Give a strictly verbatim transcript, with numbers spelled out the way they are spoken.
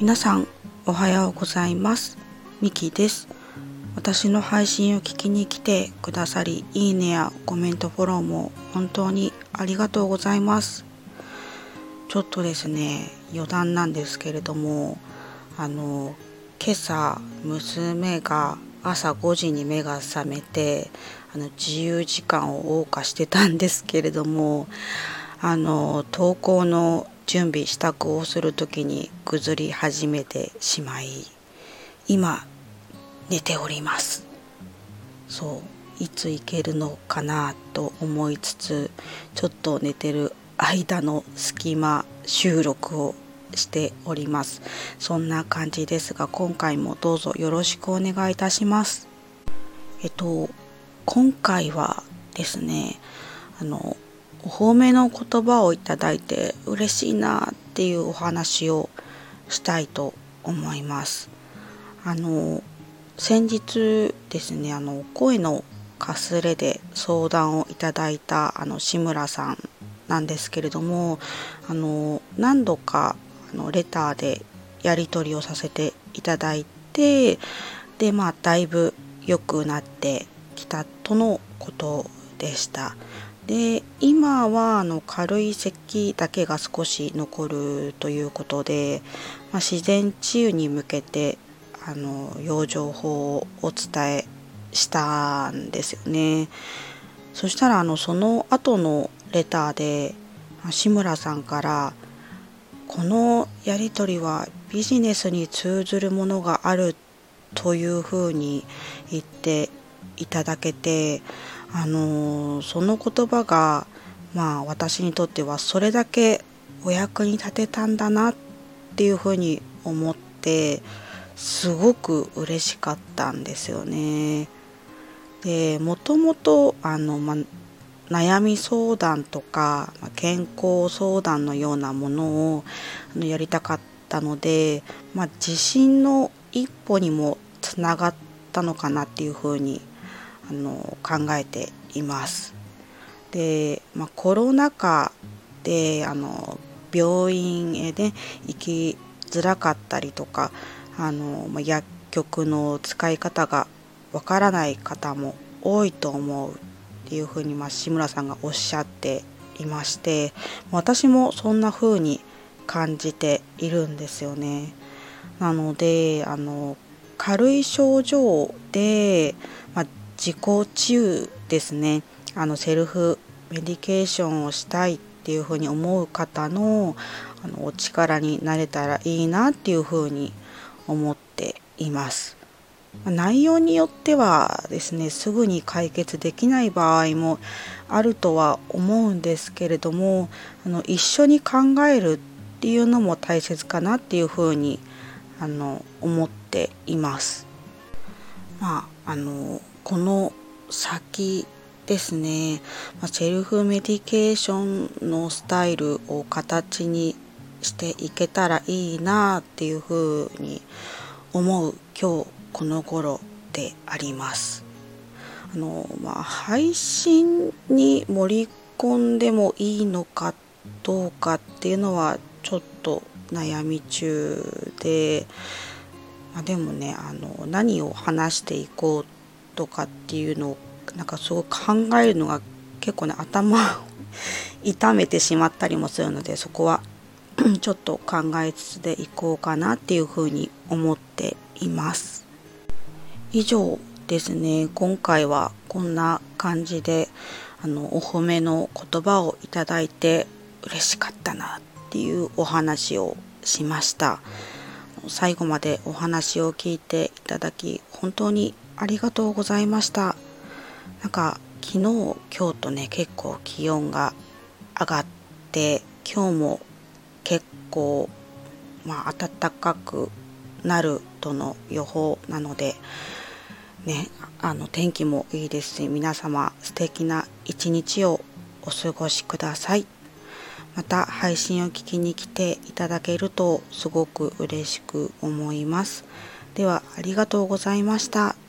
皆さんおはようございます。ミキです。私の配信を聞きに来てくださり、いいねやコメントフォローも本当にありがとうございます。ちょっとですね、余談なんですけれども、あの今朝娘が朝ごじに目が覚めて、あの自由時間を謳歌してたんですけれども、あの登校の準備支度をするときにぐずり始めてしまい、今寝ております。そういつ行けるのかなと思いつつ、ちょっと寝てる間の隙間収録をしております。そんな感じですが、今回もどうぞよろしくお願いいたします。えっと今回はですね、あのお褒めの言葉をいただいて嬉しいなっていうお話をしたいと思います。あの先日ですね、あの声のかすれで相談をいただいたあの志村さんなんですけれども、あの何度かあのレターでやり取りをさせていただいて、でまあだいぶ良くなってきたとのことでした。で今はあの軽い咳だけが少し残るということで、まあ、自然治癒に向けてあの養生法をお伝えしたんですよね。そしたらあのその後のレターで志村さんから、このやり取りはビジネスに通ずるものがあるというふうに言っていただけて、あのその言葉がまあ私にとってはそれだけお役に立てたんだなっていうふうに思って、すごく嬉しかったんですよね。でもともとあの、ま、悩み相談とか健康相談のようなものをあのやりたかったので、まあ、自信の一歩にもつながったのかなっていうふうにあの考えています。で、まあ、コロナ禍であの病院へね行きづらかったりとか、あの、まあ、薬局の使い方がわからない方も多いと思うっていうふうに、まあ、志村さんがおっしゃっていまして、私もそんな風に感じているんですよね。なのであの軽い症状で、まあ、自己治癒ですね、あのセルフメディケーションをしたいっていうふうに思う方の、あのお力になれたらいいなっていうふうに思っています。内容によってはですね、すぐに解決できない場合もあるとは思うんですけれども、あの一緒に考えるっていうのも大切かなっていうふうにあの思っています。まあ、あのこの先ですね、まあ、セルフメディケーションのスタイルを形にしていけたらいいなっていうふうに思う今日この頃であります。あの、まあ、配信に盛り込んでもいいのかどうかっていうのはちょっと悩み中で、まあ、でもね、あの何を話していこうとかっていうのをなんかすごく考えるのが結構ね頭を痛めてしまったりもするので、そこはちょっと考えつつでいこうかなっていうふうに思っています。以上ですね。今回はこんな感じであのお褒めの言葉をいただいて嬉しかったなっていうお話をしました。最後までお話を聞いていただき本当にありがとうございました。なんか昨日今日とね結構気温が上がって、今日も結構まあ暖かくなるとの予報なのでね、あの天気もいいですし、皆様素敵な一日をお過ごしください。また配信を聞きに来ていただけるとすごく嬉しく思います。ではありがとうございました。